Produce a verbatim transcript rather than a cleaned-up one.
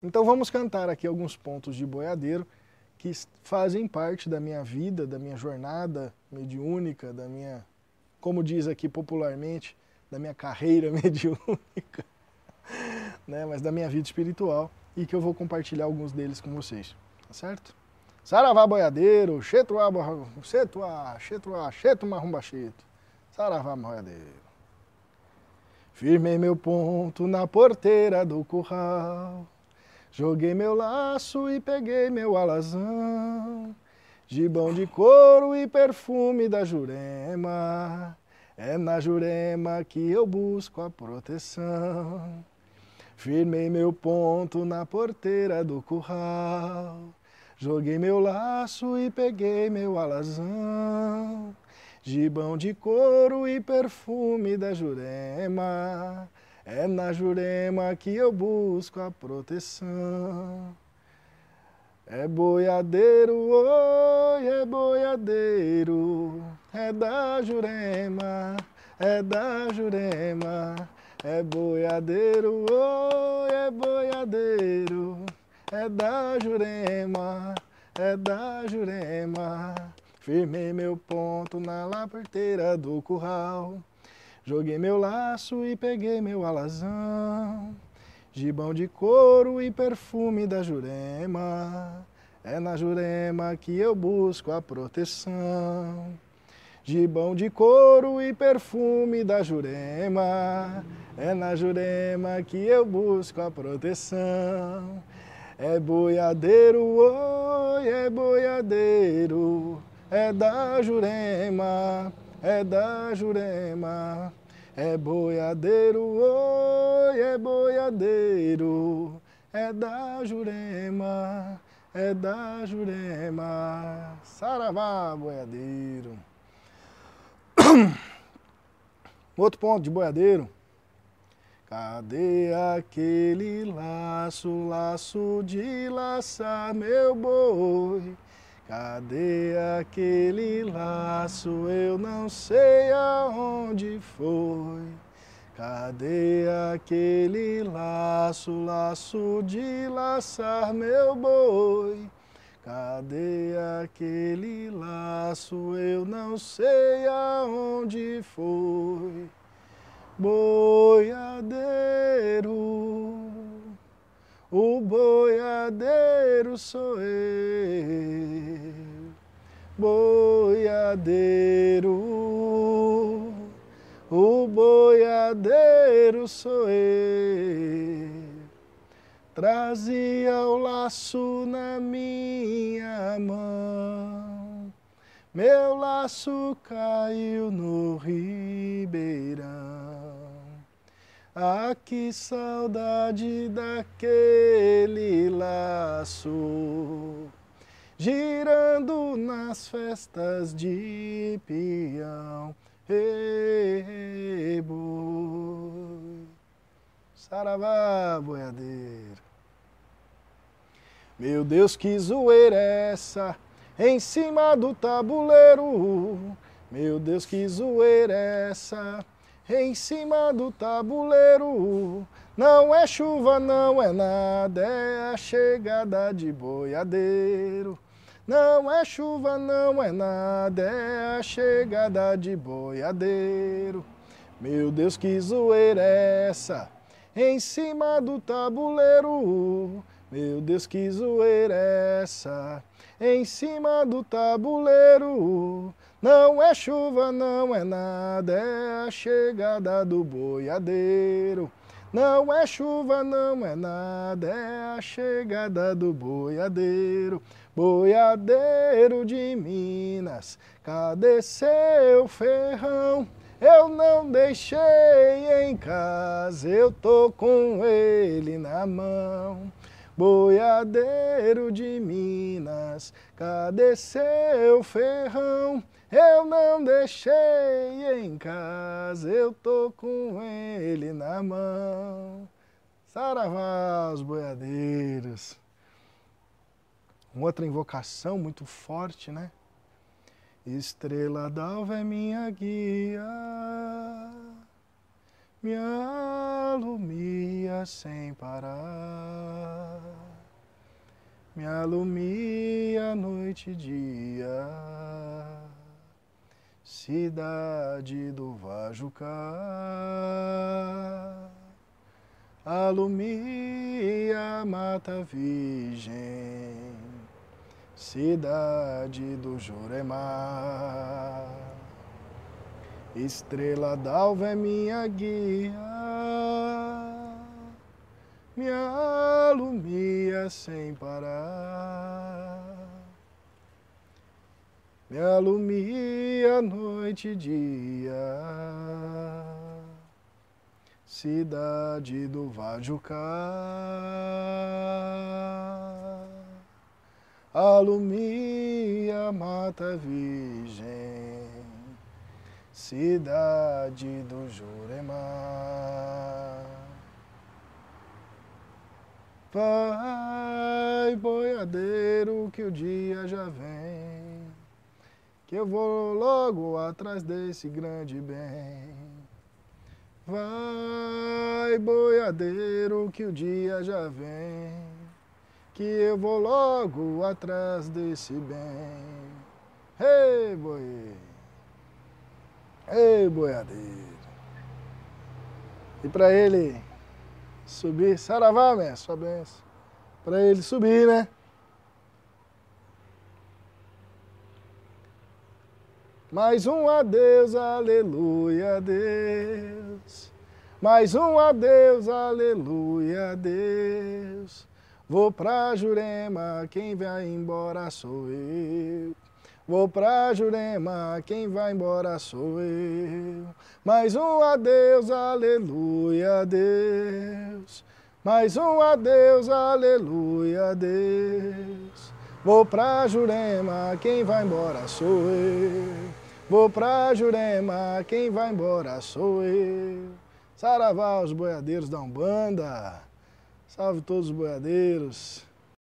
Então vamos cantar aqui alguns pontos de boiadeiro que fazem parte da minha vida, da minha jornada mediúnica, da minha, como diz aqui popularmente, da minha carreira mediúnica, né, mas da minha vida espiritual, e que eu vou compartilhar alguns deles com vocês, tá certo? Saravá boiadeiro, xetuá, xetuá, xetuá, xetuma rumba xeto, saravá boiadeiro. Firmei meu ponto na porteira do curral, joguei meu laço e peguei meu alazão, gibão de couro e perfume da Jurema, é na Jurema que eu busco a proteção. Firmei meu ponto na porteira do curral, joguei meu laço e peguei meu alazão, gibão de couro e perfume da Jurema, é na Jurema que eu busco a proteção. É boiadeiro, oi, é boiadeiro, é da Jurema, é da Jurema. É boiadeiro, oi, é boiadeiro, é da Jurema, é da Jurema. Firmei meu ponto na porteira do curral, joguei meu laço e peguei meu alazão, gibão de couro e perfume da Jurema, é na Jurema que eu busco a proteção. Gibão de couro e perfume da Jurema, é na Jurema que eu busco a proteção. É boiadeiro, oi, é boiadeiro, é da Jurema, é da Jurema. É boiadeiro, oi, é boiadeiro, é da Jurema, é da Jurema. Saravá, boiadeiro. Outro ponto de boiadeiro. Cadê aquele laço, laço de laçar meu boi? Cadê aquele laço, eu não sei aonde foi? Cadê aquele laço, laço de laçar meu boi? Cadê aquele laço, eu não sei aonde foi? Boiadeiro, o boiadeiro sou eu. Boiadeiro, o boiadeiro sou eu. Trazia o laço na minha mão, meu laço caiu no ribeirão. Ah, que saudade daquele laço, girando nas festas de peão. Ei, boi, saravá, boiadeiro. Meu Deus, que zoeira é essa em cima do tabuleiro? Meu Deus, que zoeira é essa em cima do tabuleiro? Não é chuva, não é nada, é a chegada de boiadeiro. Não é chuva, não é nada, é a chegada de boiadeiro. Meu Deus, que zoeira é essa em cima do tabuleiro? Meu Deus, que zoeira é essa em cima do tabuleiro? Não é chuva, não é nada, é a chegada do boiadeiro. Não é chuva, não é nada, é a chegada do boiadeiro. Boiadeiro de Minas, cadê seu ferrão? Eu não deixei em casa, eu tô com ele na mão. Boiadeiro de Minas, cadê seu ferrão? Eu não deixei em casa, eu tô com ele na mão. Saravá, os boiadeiros. Uma outra invocação muito forte, né? Estrela d'alva é minha guia, me alumia sem parar. me alumia noite e dia, cidade do Vajucá. Alumia Mata Virgem, cidade do Juremar. Estrela d'alva é minha guia, me alumia sem parar. Me alumia noite e dia, cidade do Vajucá. Alumia Mata Virgem, cidade do Juremar. Vai, boiadeiro, que o dia já vem, que eu vou logo atrás desse grande bem. Vai, boiadeiro, que o dia já vem, que eu vou logo atrás desse bem. Ei, boi! Ei, boiadeiro! E para ele subir, saravá, mestre, sua benção. Para ele subir, né? Mais um adeus, aleluia, adeus. Mais um adeus, aleluia, adeus. Vou pra Jurema, quem vai embora sou eu. Vou pra Jurema, quem vai embora sou eu. Mais um adeus, aleluia, adeus. Mais um adeus, aleluia, adeus. Vou pra Jurema, quem vai embora sou eu. Vou pra Jurema, quem vai embora sou eu. Saravá, os boiadeiros da Umbanda. Salve todos os boiadeiros.